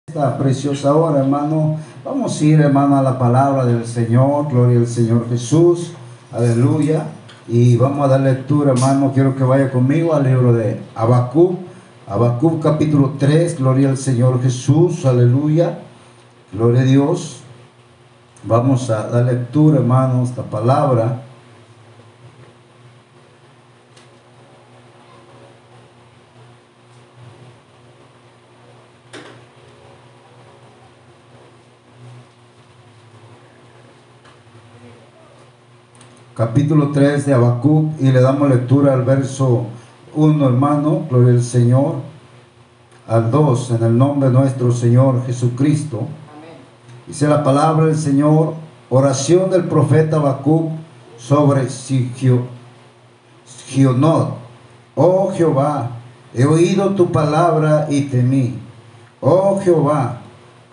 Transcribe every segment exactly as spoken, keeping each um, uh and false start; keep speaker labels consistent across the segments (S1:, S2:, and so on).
S1: Esta preciosa hora, hermano, vamos a ir, hermano, a la palabra del Señor. Gloria al Señor Jesús, aleluya. Y vamos a dar lectura, hermano. Quiero que vaya conmigo al libro de Habacuc, Habacuc capítulo tres. Gloria al Señor Jesús, aleluya, gloria a Dios. Vamos a dar lectura, hermano, esta palabra. Capítulo tres de Habacuc, y le damos lectura al verso uno, hermano, gloria al Señor, al dos, en el nombre de nuestro Señor Jesucristo. Amén. Dice la palabra del Señor: oración del profeta Habacuc sobre Gionot. Oh Jehová, he oído tu palabra y temí. Oh Jehová,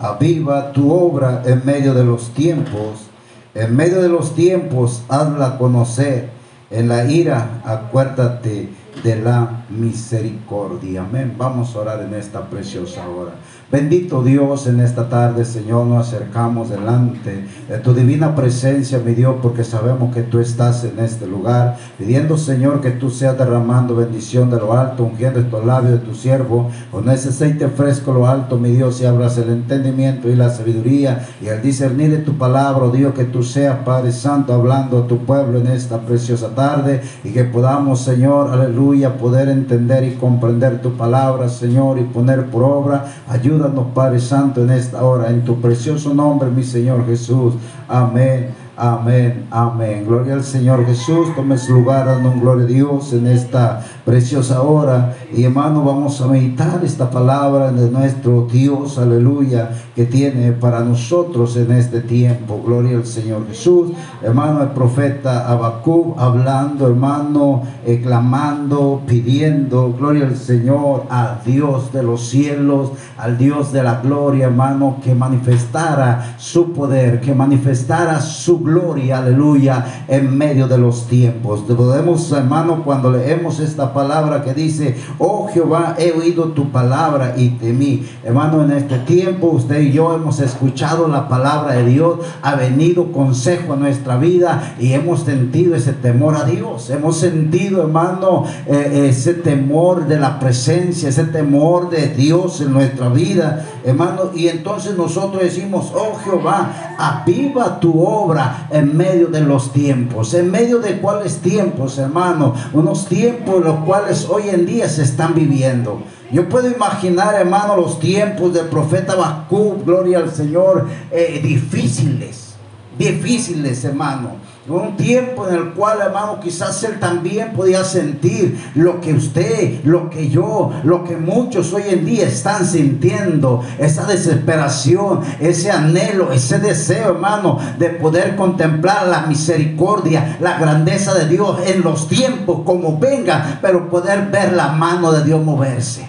S1: aviva tu obra en medio de los tiempos. En medio de los tiempos, hazla conocer. En la ira, acuérdate de la misericordia. Amén. Vamos a orar en esta preciosa hora. Bendito Dios, en esta tarde, Señor, nos acercamos delante de tu divina presencia, mi Dios, porque sabemos que tú estás en este lugar, pidiendo, Señor, que tú seas derramando bendición de lo alto, ungiendo estos labios de tu siervo con ese aceite fresco lo alto, mi Dios, y abras el entendimiento y la sabiduría y el discernir de tu palabra, oh Dios, que tú seas, Padre Santo, hablando a tu pueblo en esta preciosa tarde, y que podamos, Señor, aleluya, poder entender y comprender tu palabra, Señor, y poner por obra. Ayúdanos, Padre Santo, en esta hora, en tu precioso nombre, mi Señor Jesús. Amén, amén, amén. Gloria al Señor Jesús. Tome su lugar, dando un gloria a Dios en esta preciosa hora. Y hermano, vamos a meditar esta palabra de nuestro Dios, aleluya, que tiene para nosotros en este tiempo. Gloria al Señor Jesús. Hermano, el profeta Habacuc hablando, hermano, eh, clamando, pidiendo, gloria al Señor, al Dios de los cielos, al Dios de la gloria, hermano, que manifestara su poder, que manifestara su gloria, aleluya, en medio de los tiempos. Podemos, hermano, cuando leemos esta palabra que dice: oh Jehová, he oído tu palabra y temí. Hermano, en este tiempo usted y yo hemos escuchado la palabra de Dios, ha venido consejo a nuestra vida y hemos sentido ese temor a Dios. Hemos sentido, hermano, eh, ese temor de la presencia, ese temor de Dios en nuestra vida, hermano. Y entonces nosotros decimos: oh Jehová, aviva tu obra en medio de los tiempos. ¿En medio de cuáles tiempos, hermano? Unos tiempos los cuales hoy en día se están viviendo. Yo puedo imaginar, hermano, los tiempos del profeta Habacuc, gloria al Señor, eh, difíciles, difíciles, hermano. Un tiempo en el cual, hermano, quizás él también podía sentir lo que usted, lo que yo, lo que muchos hoy en día están sintiendo, esa desesperación, ese anhelo, ese deseo, hermano, de poder contemplar la misericordia, la grandeza de Dios en los tiempos como venga, pero poder ver la mano de Dios moverse.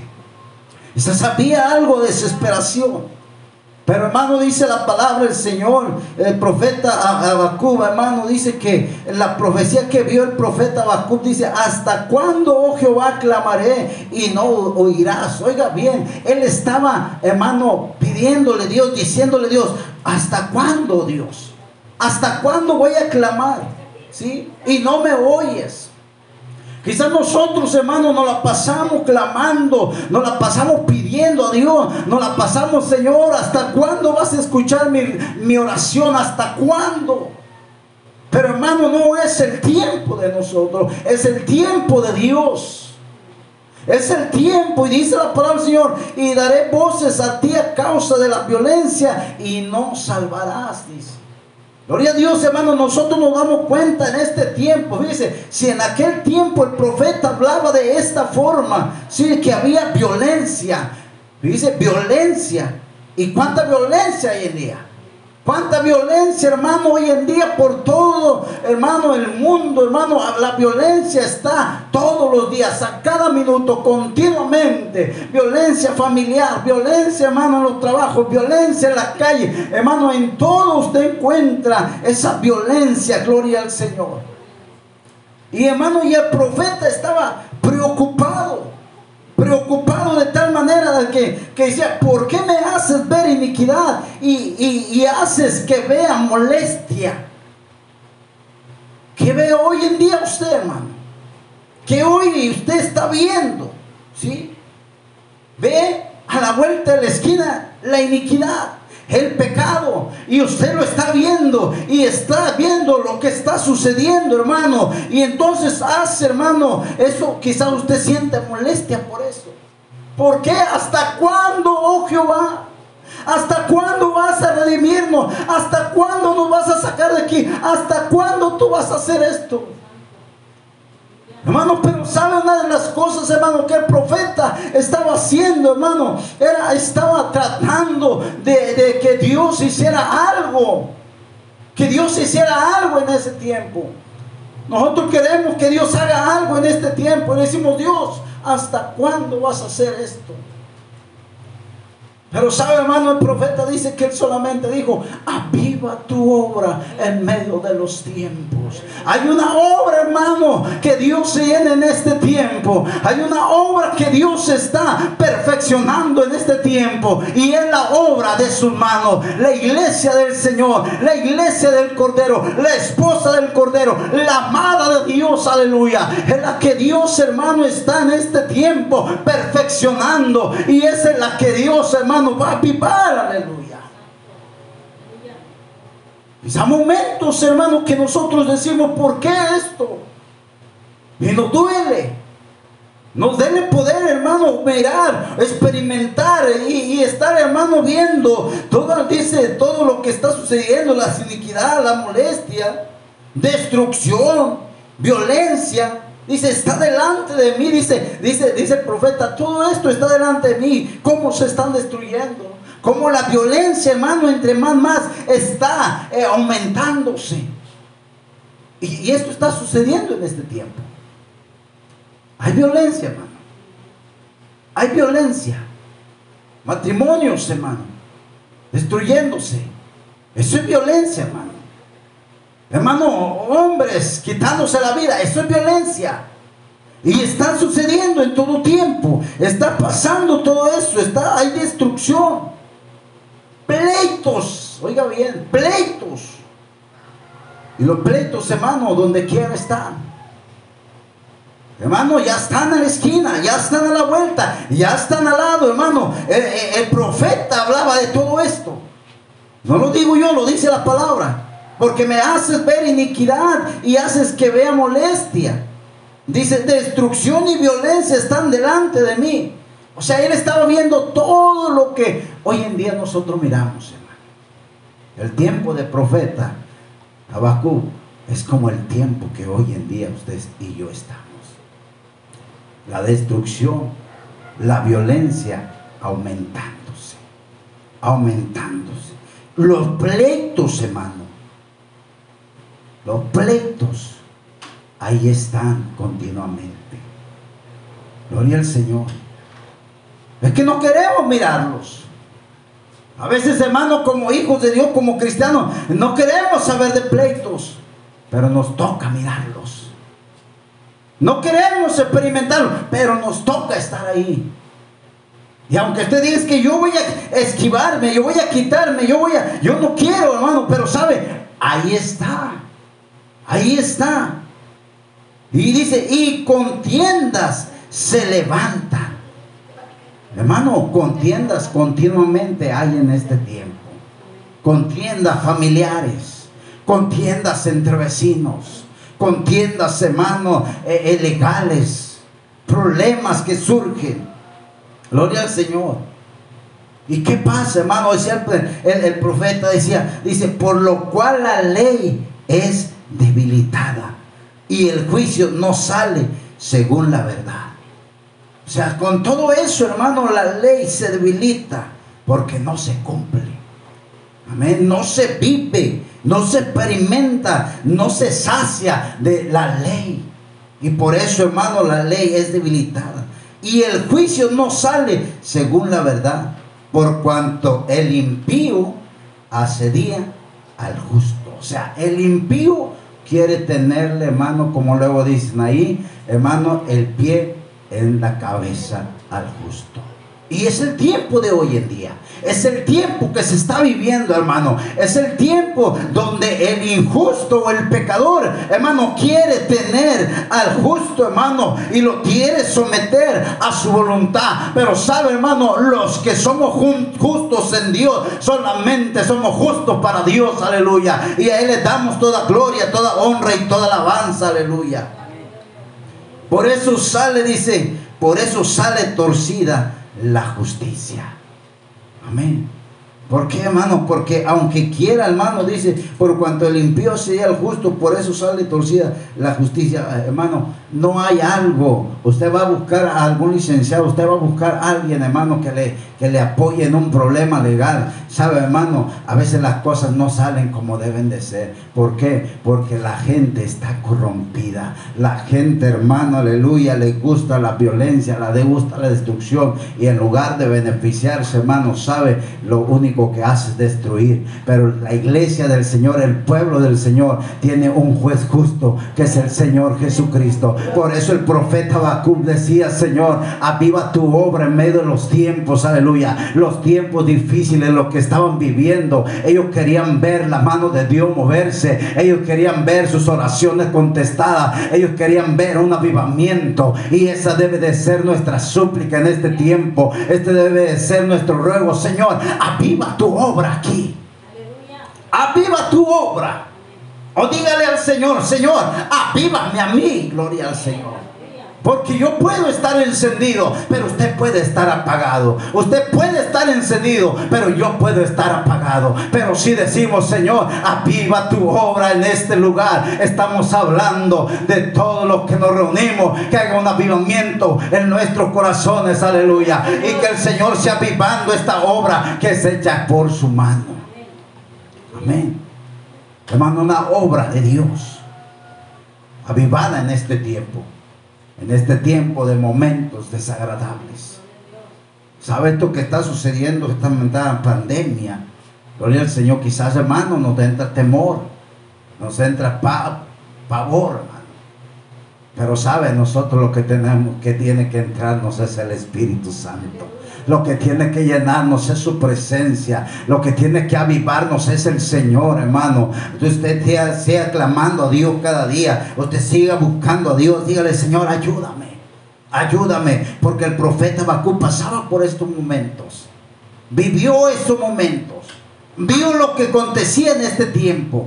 S1: Y se sabía algo de desesperación. Pero, hermano, dice la palabra del Señor, el profeta Habacuc, hermano, dice que la profecía que vio el profeta Habacuc dice: ¿hasta cuándo, oh Jehová, clamaré y no oirás? Oiga bien, él estaba, hermano, pidiéndole a Dios, diciéndole a Dios: ¿hasta cuándo, Dios? ¿Hasta cuándo voy a clamar? ¿Sí? Y no me oyes. Quizás nosotros, hermanos, nos la pasamos clamando, nos la pasamos pidiendo a Dios, nos la pasamos: Señor, ¿hasta cuándo vas a escuchar mi, mi oración? ¿Hasta cuándo? Pero, hermano, no es el tiempo de nosotros, es el tiempo de Dios. Es el tiempo, y dice la palabra del Señor: y daré voces a ti a causa de la violencia y no salvarás, dice. Gloria a Dios, hermano. Nosotros nos damos cuenta en este tiempo. Fíjese, si en aquel tiempo el profeta hablaba de esta forma, sí, que había violencia. Dice violencia. ¿Y cuánta violencia hay en día? ¿Cuánta violencia, hermano, hoy en día por todo, hermano, el mundo, hermano? La violencia está todos los días, a cada minuto, continuamente. Violencia familiar, violencia, hermano, en los trabajos, violencia en la calle. Hermano, en todo usted encuentra esa violencia, gloria al Señor. Y, hermano, y el profeta estaba preocupado, preocupado de tal manera ¿verdad? Que, que decía, ¿por qué me haces ver iniquidad y, y, y haces que vea molestia? ¿Qué ve hoy en día usted, hermano? ¿Qué hoy usted está viendo? ¿Sí? Ve a la vuelta de la esquina la iniquidad, el pecado, y usted lo está viendo y está viendo lo que está sucediendo, hermano, y entonces hace, hermano, eso, quizás usted siente molestia por eso. ¿Por qué? ¿Hasta cuándo, oh Jehová? ¿Hasta cuándo vas a redimirnos? ¿Hasta cuándo nos vas a sacar de aquí? ¿Hasta cuándo tú vas a hacer esto? Hermano, pero ¿sabe una de las cosas, hermano, que el profeta estaba haciendo, hermano? Era, estaba tratando de, de que Dios hiciera algo. Que Dios hiciera algo en ese tiempo. Nosotros queremos que Dios haga algo en este tiempo. Y decimos, Dios, ¿hasta cuándo vas a hacer esto? Pero sabe, hermano, el profeta dice que él solamente dijo, aviva tu obra en medio de los tiempos. Hay una obra, hermano, que Dios tiene en este tiempo. Hay una obra que Dios está perfeccionando en este tiempo, y es la obra de sus manos. La iglesia del Señor, la iglesia del Cordero, la esposa del Cordero, la amada de Dios, aleluya, es la que Dios, hermano, está en este tiempo perfeccionando, y esa es la que Dios, hermano, va a avivar, aleluya. Hay momentos, hermanos, que nosotros decimos, ¿por qué esto? Y nos duele. Nos debe poder, hermano, mirar, experimentar y, y estar, hermano, viendo todo, dice, todo lo que está sucediendo, la iniquidad, la molestia, destrucción, violencia. Dice, está delante de mí, dice, dice, dice el profeta, todo esto está delante de mí. ¿Cómo se están destruyendo? Cómo la violencia, hermano, entre más más está eh, aumentándose. Y, y esto está sucediendo en este tiempo. Hay violencia, hermano. Hay violencia. Matrimonios, hermano, destruyéndose. Eso es violencia, hermano. Hermano, hombres quitándose la vida, eso es violencia. Y está sucediendo en todo tiempo. Está pasando todo eso. Está, hay destrucción. Pleitos, oiga bien, pleitos. Y los pleitos, hermano, donde quiera están. Hermano, ya están a la esquina, ya están a la vuelta, ya están al lado, hermano. El, el, el profeta hablaba de todo esto. No lo digo yo, lo dice la palabra. Porque me haces ver iniquidad y haces que vea molestia. Dice, destrucción y violencia están delante de mí. O sea, él estaba viendo todo lo que hoy en día nosotros miramos, hermano. El tiempo de profeta Habacuc es como el tiempo que hoy en día ustedes y yo estamos. La destrucción, la violencia aumentándose, aumentándose. Los pleitos, hermano. Los pleitos ahí están continuamente. Gloria al Señor. Es que no queremos mirarlos. A veces, hermanos, como hijos de Dios, como cristianos, no queremos saber de pleitos, pero nos toca mirarlos. No queremos experimentarlos, pero nos toca estar ahí. Y aunque usted diga que yo voy a esquivarme, yo voy a quitarme, yo voy a, yo no quiero, hermano, pero sabe, ahí está. Ahí está. Y dice, y contiendas se levantan. Hermano, contiendas continuamente hay en este tiempo. Contiendas familiares, contiendas entre vecinos, contiendas, hermano, eh, eh, legales, problemas que surgen. Gloria al Señor. ¿Y qué pasa, hermano? Decía el, el, el profeta decía, dice, por lo cual la ley es debilitada y el juicio no sale según la verdad. O sea, con todo eso, hermano, la ley se debilita porque no se cumple. Amén. No se vive, no se experimenta, no se sacia de la ley. Y por eso, hermano, la ley es debilitada. Y el juicio no sale según la verdad, por cuanto el impío asedia al justo. O sea, el impío quiere tenerle, hermano, como luego dicen ahí, hermano, el pie en la cabeza al justo. Y es el tiempo de hoy en día. Es el tiempo que se está viviendo, hermano. Es el tiempo donde el injusto o el pecador, hermano, quiere tener al justo, hermano, y lo quiere someter a su voluntad. Pero sabe, hermano, los que somos justos en Dios, solamente somos justos para Dios, aleluya. Y a Él le damos toda gloria, toda honra y toda alabanza, aleluya. Por eso sale, dice, por eso sale torcida la justicia. Amén. ¿Por qué, hermano? Porque aunque quiera, hermano, dice, por cuanto el impío sea el justo, por eso sale torcida la justicia. Hermano, no hay algo. Usted va a buscar a algún licenciado, usted va a buscar a alguien, hermano, que le, que le apoye en un problema legal. ¿Sabe, hermano? A veces las cosas no salen como deben de ser. ¿Por qué? Porque la gente está corrompida. La gente, hermano, aleluya, le gusta la violencia, le gusta la destrucción. Y en lugar de beneficiarse, hermano, sabe, lo único que hace es destruir. Pero la iglesia del Señor, el pueblo del Señor, tiene un juez justo, que es el Señor Jesucristo. Por eso el profeta Habacuc decía: Señor, aviva tu obra en medio de los tiempos, aleluya, los tiempos difíciles, los que estaban viviendo. Ellos querían ver la mano de Dios moverse, ellos querían ver sus oraciones contestadas, ellos querían ver un avivamiento. Y esa debe de ser nuestra súplica en este tiempo. Este debe de ser nuestro ruego: Señor, aviva tu obra aquí. Aviva tu obra. O dígale al Señor: Señor, avívame a mí. Gloria al Señor. Porque yo puedo estar encendido, pero usted puede estar apagado. Usted puede estar encendido, pero yo puedo estar apagado. Pero si decimos: Señor, aviva tu obra en este lugar, estamos hablando de todos los que nos reunimos, que haga un avivamiento en nuestros corazones, aleluya. Y que el Señor sea avivando esta obra que es hecha por su mano. Amén. Hermano, una obra de Dios avivada en este tiempo. En este tiempo de momentos desagradables. ¿Sabe esto que está sucediendo? Esta mentada pandemia. Gloria al Señor. Quizás, hermano, nos entra temor, nos entra pa pavor, hermano. Pero sabe, nosotros lo que tenemos, que tiene que entrarnos es el Espíritu Santo. Lo que tiene que llenarnos es su presencia. Lo que tiene que avivarnos es el Señor, hermano. Usted sea, sea clamando a Dios cada día. Usted siga buscando a Dios. Dígale: Señor, ayúdame. Ayúdame. Porque el profeta Habacuc pasaba por estos momentos. Vivió estos momentos. Vio lo que acontecía en este tiempo.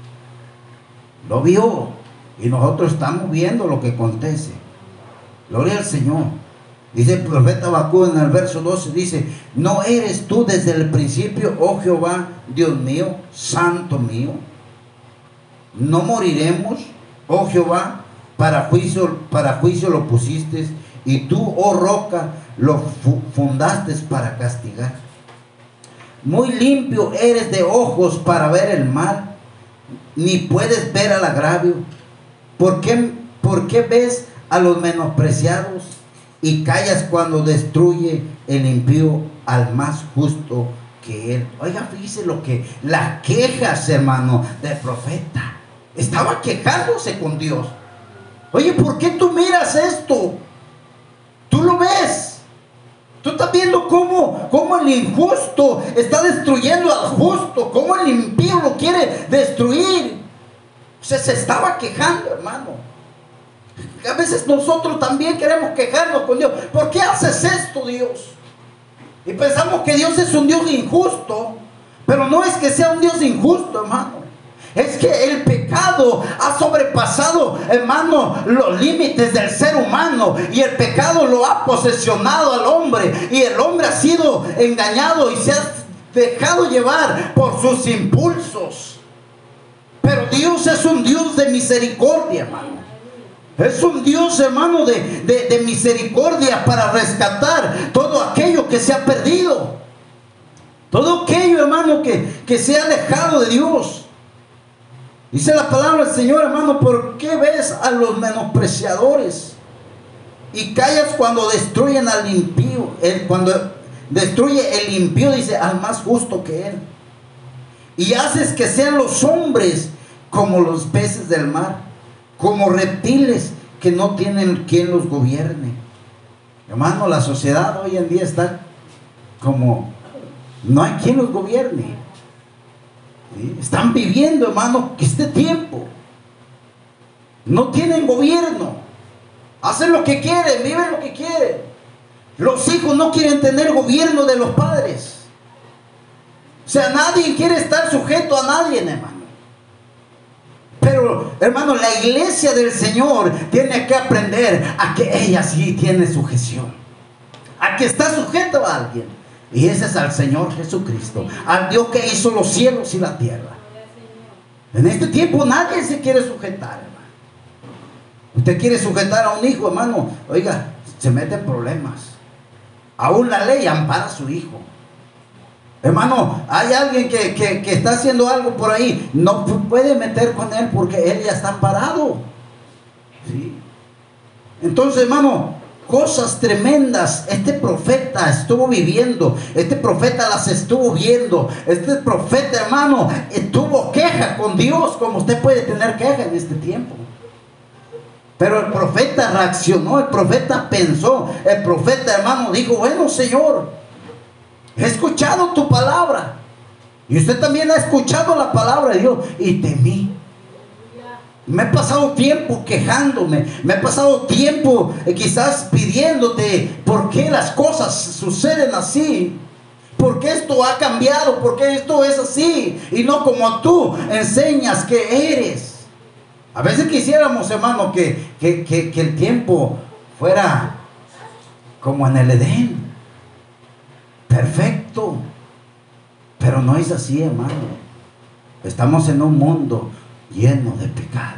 S1: Lo vio. Y nosotros estamos viendo lo que acontece. Gloria al Señor. Dice el profeta Habacuc en el verso doce, dice: ¿no eres tú desde el principio, oh Jehová, Dios mío, santo mío? ¿No moriremos, oh Jehová? Para juicio, para juicio lo pusiste, y tú, oh roca, lo fundaste para castigar. Muy limpio eres de ojos para ver el mal, ni puedes ver al agravio. ¿Por qué, por qué ves a los menospreciados y callas cuando destruye el impío al más justo que él? Oiga, fíjese lo que las quejas, hermano, del profeta. Estaba quejándose con Dios. Oye, ¿por qué tú miras esto? Tú lo ves. Tú estás viendo cómo, cómo el injusto está destruyendo al justo, cómo el impío lo quiere destruir. O sea, se estaba quejando, hermano. A veces nosotros también queremos quejarnos con Dios. ¿Por qué haces esto, Dios? Y pensamos que Dios es un Dios injusto. Pero no es que sea un Dios injusto, hermano. Es que el pecado ha sobrepasado, hermano, los límites del ser humano. Y el pecado lo ha posesionado al hombre. Y el hombre ha sido engañado y se ha dejado llevar por sus impulsos. Pero Dios es un Dios de misericordia, hermano. Es un Dios, hermano, de, de, de misericordia para rescatar todo aquello que se ha perdido. Todo aquello, hermano, que, que se ha alejado de Dios. Dice la palabra del Señor, hermano: ¿por qué ves a los menospreciadores y callas cuando destruyen al impío? El, cuando destruye el impío, dice, al más justo que él. Y haces que sean los hombres como los peces del mar, como reptiles que no tienen quien los gobierne. Hermano, la sociedad hoy en día está como no hay quien los gobierne. ¿Sí? Están viviendo, hermano, este tiempo. No tienen gobierno. Hacen lo que quieren, viven lo que quieren. Los hijos no quieren tener gobierno de los padres. O sea, nadie quiere estar sujeto a nadie, hermano. Pero, hermano, la iglesia del Señor tiene que aprender a que ella sí tiene sujeción, a que está sujeto a alguien. Y ese es al Señor Jesucristo, al Dios que hizo los cielos y la tierra. En este tiempo nadie se quiere sujetar, hermano. Usted quiere sujetar a un hijo, hermano, oiga, se mete en problemas. Aún la ley ampara a su hijo. Hermano, hay alguien que, que, que está haciendo algo por ahí, no puede meter con él porque él ya está amparado. ¿Sí? Entonces, hermano, cosas tremendas este profeta estuvo viviendo. Este profeta las estuvo viendo. Este profeta, hermano, tuvo queja con Dios, como usted puede tener queja en este tiempo. Pero el profeta reaccionó, el profeta pensó, el profeta, hermano, dijo: bueno, Señor, he escuchado tu palabra. Y usted también ha escuchado la palabra de Dios. Y temí. Me he pasado tiempo quejándome. Me he pasado tiempo eh, quizás pidiéndote por qué las cosas suceden así. ¿Por qué esto ha cambiado? ¿Por qué esto es así? Y no como tú enseñas que eres. A veces quisiéramos, hermano, que, que, que, que el tiempo fuera como en el Edén. Perfecto. Pero no es así, hermano. Estamos en un mundo lleno de pecado.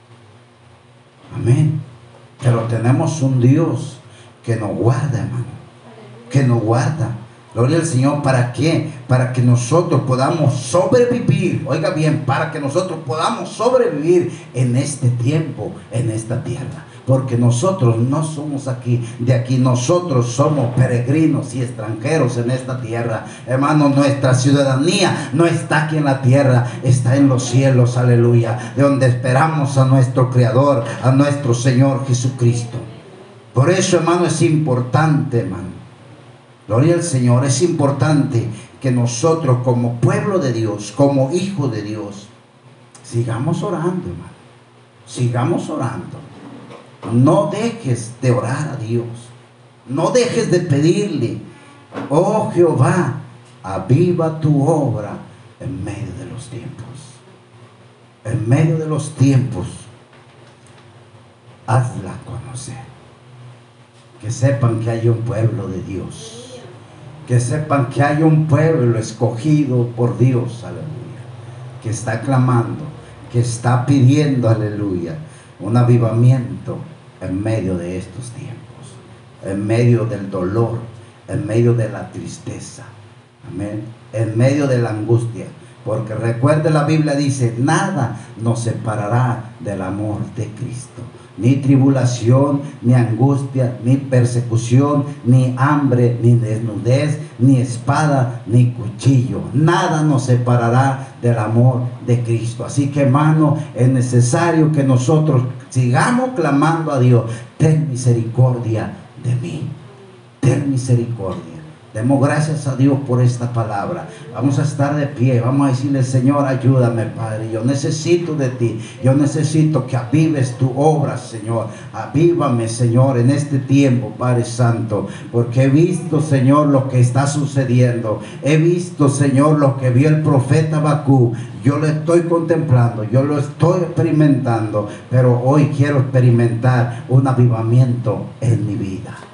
S1: Amén. Pero tenemos un Dios que nos guarda, hermano. Que nos guarda. Gloria al Señor. ¿Para qué? Para que nosotros podamos sobrevivir. Oiga bien, para que nosotros podamos sobrevivir en este tiempo, en esta tierra. Porque nosotros no somos aquí, de aquí. Nosotros somos peregrinos y extranjeros en esta tierra. Hermano, nuestra ciudadanía no está aquí en la tierra, está en los cielos, aleluya. De donde esperamos a nuestro Creador, a nuestro Señor Jesucristo. Por eso, hermano, es importante, hermano. Gloria al Señor, es importante que nosotros como pueblo de Dios, como hijos de Dios, sigamos orando, hermano. Sigamos orando. No dejes de orar a Dios. No dejes de pedirle: oh Jehová, aviva tu obra en medio de los tiempos. En medio de los tiempos, hazla conocer. Que sepan que hay un pueblo de Dios. Que sepan que hay un pueblo escogido por Dios, aleluya. Que está clamando, que está pidiendo, aleluya, un avivamiento en medio de estos tiempos, en medio del dolor, en medio de la tristeza, amén, en medio de la angustia. Porque recuerde, la Biblia dice: nada nos separará del amor de Cristo. Ni tribulación, ni angustia, ni persecución, ni hambre, ni desnudez, ni espada, ni cuchillo. Nada nos separará del amor de Cristo. Así que, hermano, es necesario que nosotros sigamos clamando a Dios: ten misericordia de mí. Ten misericordia. Demos gracias a Dios por esta palabra. Vamos a estar de pie. Vamos a decirle: Señor, ayúdame, Padre. Yo necesito de ti. Yo necesito que avives tu obra, Señor. Avívame, Señor, en este tiempo, Padre Santo. Porque he visto, Señor, lo que está sucediendo. He visto, Señor, lo que vio el profeta Habacuc. Yo lo estoy contemplando. Yo lo estoy experimentando. Pero hoy quiero experimentar un avivamiento en mi vida.